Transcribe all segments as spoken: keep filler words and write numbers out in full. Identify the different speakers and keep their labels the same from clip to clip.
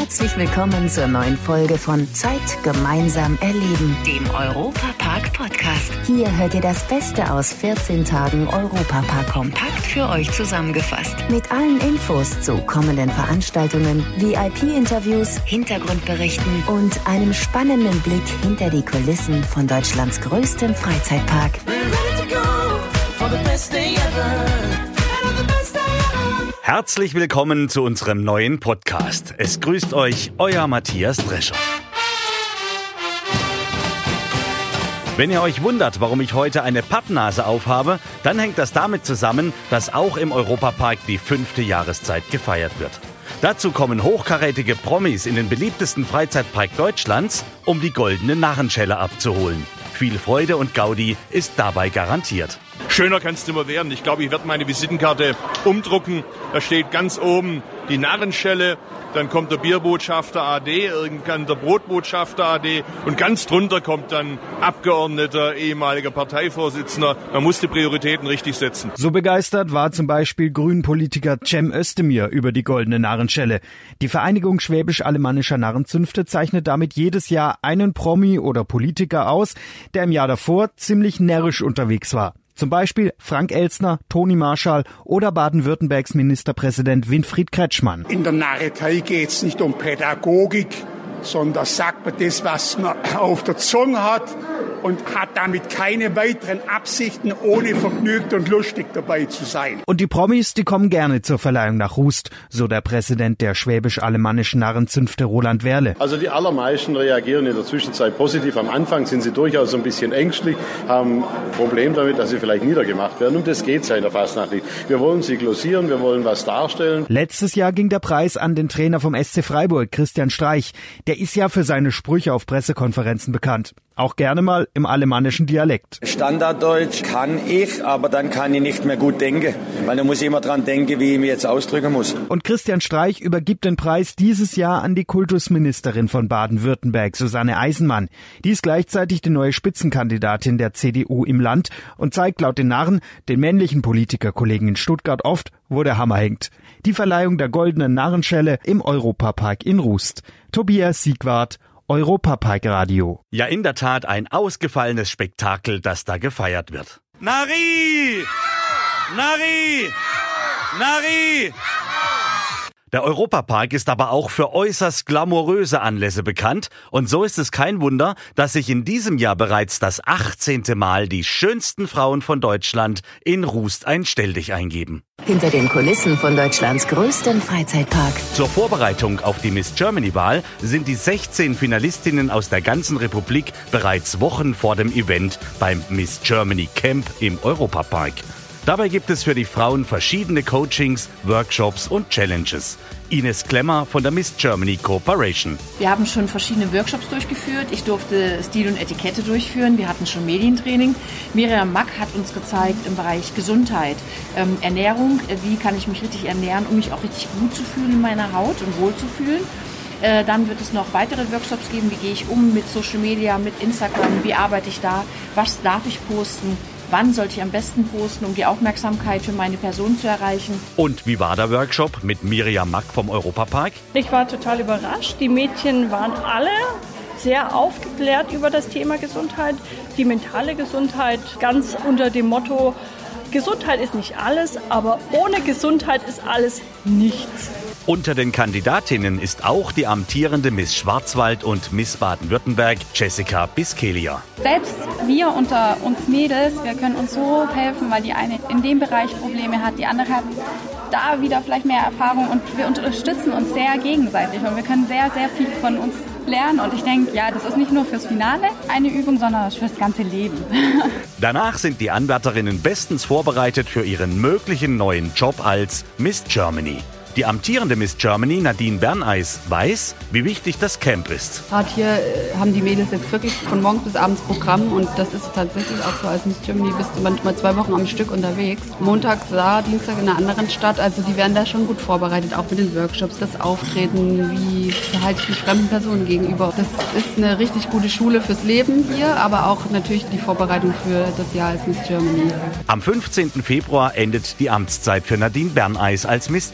Speaker 1: Herzlich willkommen zur neuen Folge von Zeit gemeinsam erleben, dem Europa-Park-Podcast. Hier hört ihr das Beste aus vierzehn Tagen Europa-Park kompakt für euch zusammengefasst. Mit allen Infos zu kommenden Veranstaltungen, V I P-Interviews, Hintergrundberichten und einem spannenden Blick hinter die Kulissen von Deutschlands größtem Freizeitpark.
Speaker 2: Herzlich willkommen zu unserem neuen Podcast. Es grüßt euch euer Matthias Drescher. Wenn ihr euch wundert, warum ich heute eine Pappnase aufhabe, dann hängt das damit zusammen, dass auch im Europapark die fünfte Jahreszeit gefeiert wird. Dazu kommen hochkarätige Promis in den beliebtesten Freizeitpark Deutschlands, um die goldene Narrenschelle abzuholen. Viel Freude und Gaudi ist dabei garantiert.
Speaker 3: Schöner kann es nicht mehr werden. Ich glaube, ich werde meine Visitenkarte umdrucken. Da steht ganz oben die Narrenschelle, dann kommt der Bierbotschafter A D, irgendwann der Brotbotschafter A D und ganz drunter kommt dann Abgeordneter, ehemaliger Parteivorsitzender. Man muss die Prioritäten richtig setzen.
Speaker 4: So begeistert war zum Beispiel Grünen-Politiker Cem Özdemir über die goldene Narrenschelle. Die Vereinigung schwäbisch-alemannischer Narrenzünfte zeichnet damit jedes Jahr einen Promi oder Politiker aus, der im Jahr davor ziemlich närrisch unterwegs war. Zum Beispiel Frank Elstner, Toni Marschall oder Baden-Württembergs Ministerpräsident Winfried Kretschmann.
Speaker 5: In der Narretei geht es nicht um Pädagogik, sondern sagt man das, was man auf der Zunge hat und hat damit keine weiteren Absichten, ohne vergnügt und lustig dabei zu sein.
Speaker 4: Und die Promis, die kommen gerne zur Verleihung nach Rust, so der Präsident der schwäbisch-alemannischen Narrenzünfte Roland Werle.
Speaker 6: Also die allermeisten reagieren in der Zwischenzeit positiv. Am Anfang sind sie durchaus ein bisschen ängstlich, haben ein Problem damit, dass sie vielleicht niedergemacht werden. Und das geht ja in der Fastnacht nicht. Wir wollen sie glossieren, wir wollen was darstellen.
Speaker 4: Letztes Jahr ging der Preis an den Trainer vom S C Freiburg, Christian Streich. Der ist ja für seine Sprüche auf Pressekonferenzen bekannt. Auch gerne mal im alemannischen Dialekt.
Speaker 7: Standarddeutsch kann ich, aber dann kann ich nicht mehr gut denken. Weil da muss ich immer dran denken, wie ich mich jetzt ausdrücken muss.
Speaker 4: Und Christian Streich übergibt den Preis dieses Jahr an die Kultusministerin von Baden-Württemberg, Susanne Eisenmann. Die ist gleichzeitig die neue Spitzenkandidatin der C D U im Land und zeigt laut den Narren den männlichen Politikerkollegen in Stuttgart oft, wo der Hammer hängt. Die Verleihung der goldenen Narrenschelle im Europapark in Rust. Tobias Siegwart, Europapark Radio.
Speaker 2: Ja, in der Tat ein ausgefallenes Spektakel, das da gefeiert wird. Nari! Nari! Nari! Der Europapark ist aber auch für äußerst glamouröse Anlässe bekannt und so ist es kein Wunder, dass sich in diesem Jahr bereits das achtzehnte Mal die schönsten Frauen von Deutschland in Rust ein Stelldich eingeben.
Speaker 1: Hinter den Kulissen von Deutschlands größtem Freizeitpark.
Speaker 2: Zur Vorbereitung auf die Miss Germany-Wahl sind die sechzehn Finalistinnen aus der ganzen Republik bereits Wochen vor dem Event beim Miss Germany Camp im Europapark. Dabei gibt es für die Frauen verschiedene Coachings, Workshops und Challenges. Ines Klemmer von der Miss Germany Corporation.
Speaker 8: Wir haben schon verschiedene Workshops durchgeführt. Ich durfte Stil und Etikette durchführen. Wir hatten schon Medientraining. Miriam Mack hat uns gezeigt im Bereich Gesundheit, ähm, Ernährung. Wie kann ich mich richtig ernähren, um mich auch richtig gut zu fühlen in meiner Haut und wohl zu fühlen. Äh, dann wird es noch weitere Workshops geben. Wie gehe ich um mit Social Media, mit Instagram? Wie arbeite ich da? Was darf ich posten? Wann sollte ich am besten posten, um die Aufmerksamkeit für meine Person zu erreichen?
Speaker 2: Und wie war der Workshop mit Miriam Mack vom Europapark?
Speaker 9: Ich war total überrascht. Die Mädchen waren alle sehr aufgeklärt über das Thema Gesundheit. Die mentale Gesundheit ganz unter dem Motto, Gesundheit ist nicht alles, aber ohne Gesundheit ist alles nichts.
Speaker 2: Unter den Kandidatinnen ist auch die amtierende Miss Schwarzwald und Miss Baden-Württemberg, Jessica Biskelia.
Speaker 10: Selbst wir unter uns Mädels, wir können uns so helfen, weil die eine in dem Bereich Probleme hat, die andere hat da wieder vielleicht mehr Erfahrung und wir unterstützen uns sehr gegenseitig und wir können sehr, sehr viel von uns lernen und ich denke, ja, das ist nicht nur fürs Finale eine Übung, sondern fürs ganze Leben.
Speaker 2: Danach sind die Anwärterinnen bestens vorbereitet für ihren möglichen neuen Job als Miss Germany. Die amtierende Miss Germany, Nadine Berneis, weiß, wie wichtig das Camp ist.
Speaker 11: Gerade hier haben die Mädels jetzt wirklich von morgens bis abends Programm und das ist tatsächlich auch so, als Miss Germany bist du manchmal zwei Wochen am Stück unterwegs. Montag da, Dienstag in einer anderen Stadt, also die werden da schon gut vorbereitet, auch mit den Workshops, das Auftreten, wie verhalte ich mich fremden Personen gegenüber. Das ist eine richtig gute Schule fürs Leben hier, aber auch natürlich die Vorbereitung für das Jahr als Miss Germany.
Speaker 2: Am fünfzehnten Februar endet die Amtszeit für Nadine Berneis als Miss Germany.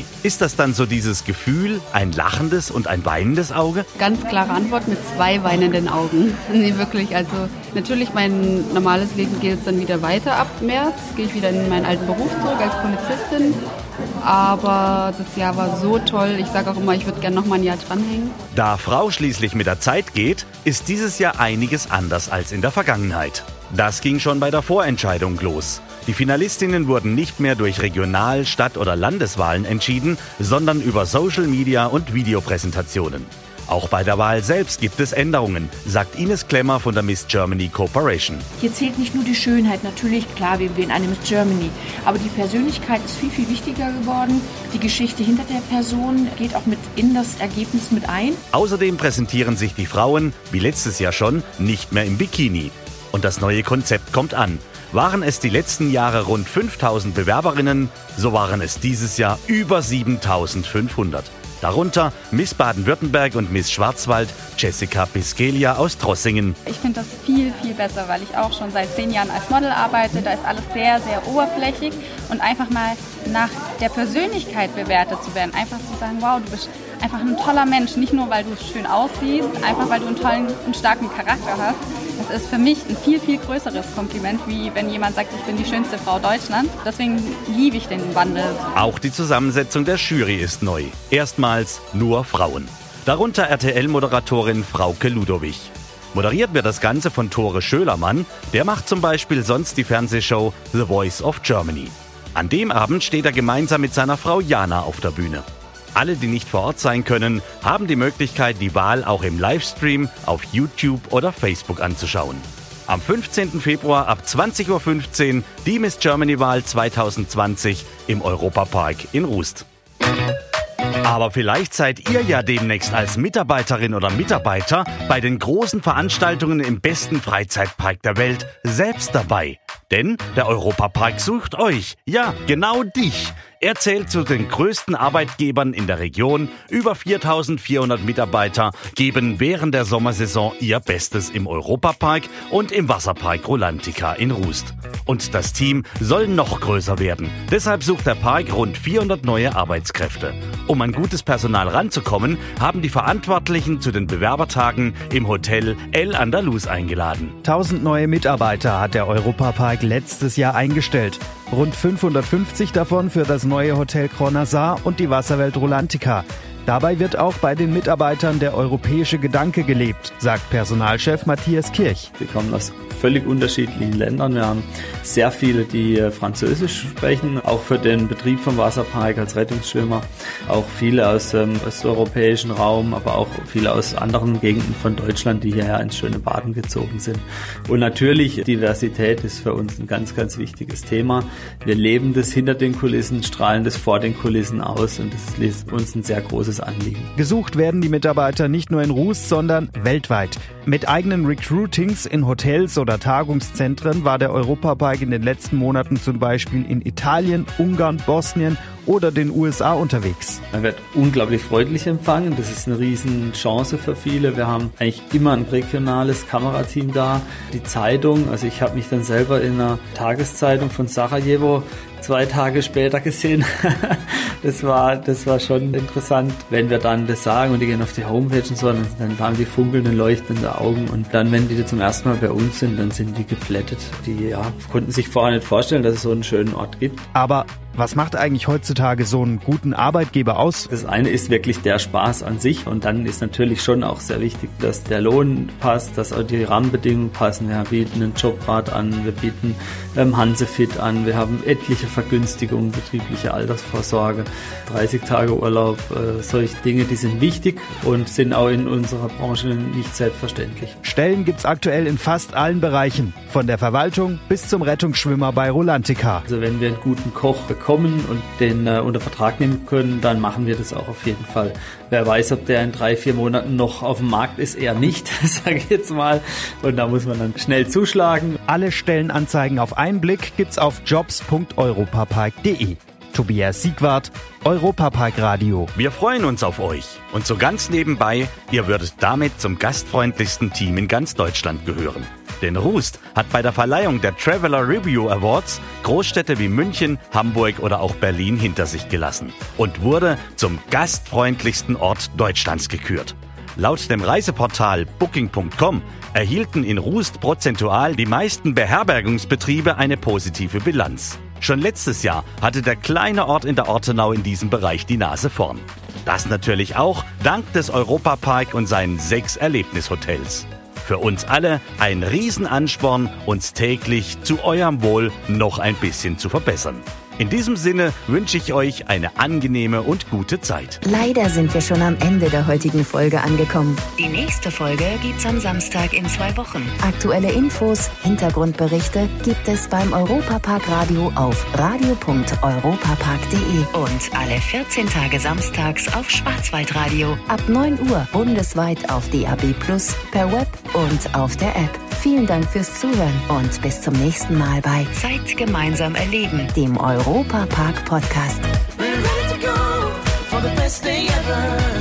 Speaker 2: Ist das dann so dieses Gefühl, ein lachendes und ein weinendes Auge?
Speaker 11: Ganz klare Antwort mit zwei weinenden Augen. Nee, wirklich. Also natürlich, mein normales Leben geht jetzt dann wieder weiter. Ab März gehe ich wieder in meinen alten Beruf zurück als Polizistin. Aber das Jahr war so toll. Ich sage auch immer, ich würde gerne noch mal ein Jahr dranhängen.
Speaker 2: Da Frau schließlich mit der Zeit geht, ist dieses Jahr einiges anders als in der Vergangenheit. Das ging schon bei der Vorentscheidung los. Die Finalistinnen wurden nicht mehr durch Regional-, Stadt- oder Landeswahlen entschieden, sondern über Social Media und Videopräsentationen. Auch bei der Wahl selbst gibt es Änderungen, sagt Ines Klemmer von der Miss Germany Corporation.
Speaker 8: Hier zählt nicht nur die Schönheit, natürlich, klar, wir wählen eine Miss Germany, aber die Persönlichkeit ist viel, viel wichtiger geworden. Die Geschichte hinter der Person geht auch mit in das Ergebnis mit ein.
Speaker 2: Außerdem präsentieren sich die Frauen, wie letztes Jahr schon, nicht mehr im Bikini. Und das neue Konzept kommt an. Waren es die letzten Jahre rund fünftausend Bewerberinnen, so waren es dieses Jahr über siebentausendfünfhundert. Darunter Miss Baden-Württemberg und Miss Schwarzwald, Jessica Piskelia aus Trossingen.
Speaker 10: Ich finde das viel, viel besser, weil ich auch schon seit zehn Jahren als Model arbeite. Da ist alles sehr, sehr oberflächlich. Und einfach mal nach der Persönlichkeit bewertet zu werden. Einfach zu sagen, wow, du bist einfach ein toller Mensch. Nicht nur, weil du schön aussiehst, einfach weil du einen tollen und starken Charakter hast. Das ist für mich ein viel, viel größeres Kompliment, wie wenn jemand sagt, ich bin die schönste Frau Deutschlands. Deswegen liebe ich den Wandel.
Speaker 2: Auch die Zusammensetzung der Jury ist neu. Erstmals nur Frauen. Darunter R T L-Moderatorin Frauke Ludowig. Moderiert wird das Ganze von Tore Schölermann. Der macht zum Beispiel sonst die Fernsehshow The Voice of Germany. An dem Abend steht er gemeinsam mit seiner Frau Jana auf der Bühne. Alle, die nicht vor Ort sein können, haben die Möglichkeit, die Wahl auch im Livestream auf YouTube oder Facebook anzuschauen. Am fünfzehnten Februar ab zwanzig Uhr fünfzehn die Miss Germany-Wahl zweitausendzwanzig im Europapark in Rust. Aber vielleicht seid ihr ja demnächst als Mitarbeiterin oder Mitarbeiter bei den großen Veranstaltungen im besten Freizeitpark der Welt selbst dabei. Denn der Europapark sucht euch. Ja, genau dich. Er zählt zu den größten Arbeitgebern in der Region. Über viertausendvierhundert Mitarbeiter geben während der Sommersaison ihr Bestes im Europapark und im Wasserpark Rolantica in Rust. Und das Team soll noch größer werden. Deshalb sucht der Park rund vierhundert neue Arbeitskräfte. Um an gutes Personal ranzukommen, haben die Verantwortlichen zu den Bewerbertagen im Hotel El Andalus eingeladen.
Speaker 4: tausend neue Mitarbeiter hat der Europapark letztes Jahr eingestellt. Rund fünfhundertfünfzig davon für das neue Hotel Cornazar und die Wasserwelt Rolantica. Dabei wird auch bei den Mitarbeitern der europäische Gedanke gelebt, sagt Personalchef Matthias Kirch.
Speaker 12: Wir kommen aus völlig unterschiedlichen Ländern. Wir haben sehr viele, die Französisch sprechen, auch für den Betrieb vom Wasserpark als Rettungsschwimmer. Auch viele aus dem osteuropäischen Raum, aber auch viele aus anderen Gegenden von Deutschland, die hierher ins schöne Baden gezogen sind. Und natürlich, Diversität ist für uns ein ganz, ganz wichtiges Thema. Wir leben das hinter den Kulissen, strahlen das vor den Kulissen aus und das ist uns ein sehr großes Anliegen.
Speaker 4: Gesucht werden die Mitarbeiter nicht nur in Rust, sondern weltweit. Mit eigenen Recruitings in Hotels oder Tagungszentren war der Europapark in den letzten Monaten zum Beispiel in Italien, Ungarn, Bosnien oder den U S A unterwegs.
Speaker 12: Man wird unglaublich freundlich empfangen. Das ist eine riesen Chance für viele. Wir haben eigentlich immer ein regionales Kamerateam da. Die Zeitung, also ich habe mich dann selber in einer Tageszeitung von Sarajevo zwei Tage später gesehen. Das war, das war schon interessant, wenn wir dann das sagen und die gehen auf die Homepage und so, dann, dann haben die funkelnden, leuchtende Augen und dann, wenn die zum ersten Mal bei uns sind, dann sind die geplättet. Die ja, konnten sich vorher nicht vorstellen, dass es so einen schönen Ort gibt.
Speaker 4: Aber was macht eigentlich heutzutage so einen guten Arbeitgeber aus?
Speaker 12: Das eine ist wirklich der Spaß an sich und dann ist natürlich schon auch sehr wichtig, dass der Lohn passt, dass auch die Rahmenbedingungen passen. Wir bieten einen Jobrat an, wir bieten ähm, Hansefit an, wir haben etliche Vergünstigungen, betriebliche Altersvorsorge, dreißig Tage Urlaub, äh, solche Dinge, die sind wichtig und sind auch in unserer Branche nicht selbstverständlich.
Speaker 4: Stellen gibt's aktuell in fast allen Bereichen, von der Verwaltung bis zum Rettungsschwimmer bei Rolantica.
Speaker 12: Also wenn wir einen guten Koch bekommen und den äh, unter Vertrag nehmen können, dann machen wir das auch auf jeden Fall. Wer weiß, ob der in drei, vier Monaten noch auf dem Markt ist, eher nicht, sage ich jetzt mal. Und da muss man dann schnell zuschlagen.
Speaker 4: Alle Stellenanzeigen auf einen Blick gibt's auf jobs punkt europapark punkt de. Tobias Siegwart, Europapark Radio.
Speaker 2: Wir freuen uns auf euch. Und so ganz nebenbei, ihr würdet damit zum gastfreundlichsten Team in ganz Deutschland gehören. Denn Rust hat bei der Verleihung der Traveler Review Awards Großstädte wie München, Hamburg oder auch Berlin hinter sich gelassen und wurde zum gastfreundlichsten Ort Deutschlands gekürt. Laut dem Reiseportal Booking Punkt com erhielten in Rust prozentual die meisten Beherbergungsbetriebe eine positive Bilanz. Schon letztes Jahr hatte der kleine Ort in der Ortenau in diesem Bereich die Nase vorn. Das natürlich auch dank des Europapark und seinen sechs Erlebnishotels. Für uns alle ein Riesenansporn, uns täglich zu eurem Wohl noch ein bisschen zu verbessern. In diesem Sinne wünsche ich euch eine angenehme und gute Zeit.
Speaker 1: Leider sind wir schon am Ende der heutigen Folge angekommen. Die nächste Folge gibt's am Samstag in zwei Wochen. Aktuelle Infos, Hintergrundberichte gibt es beim Europapark Radio auf radio punkt europapark punkt de und alle vierzehn Tage samstags auf Schwarzwaldradio ab neun Uhr bundesweit auf D A B plus, per Web und auf der App. Vielen Dank fürs Zuhören und bis zum nächsten Mal bei Zeit gemeinsam erleben, dem Europapark Podcast.
Speaker 13: We're ready to go for the best day ever.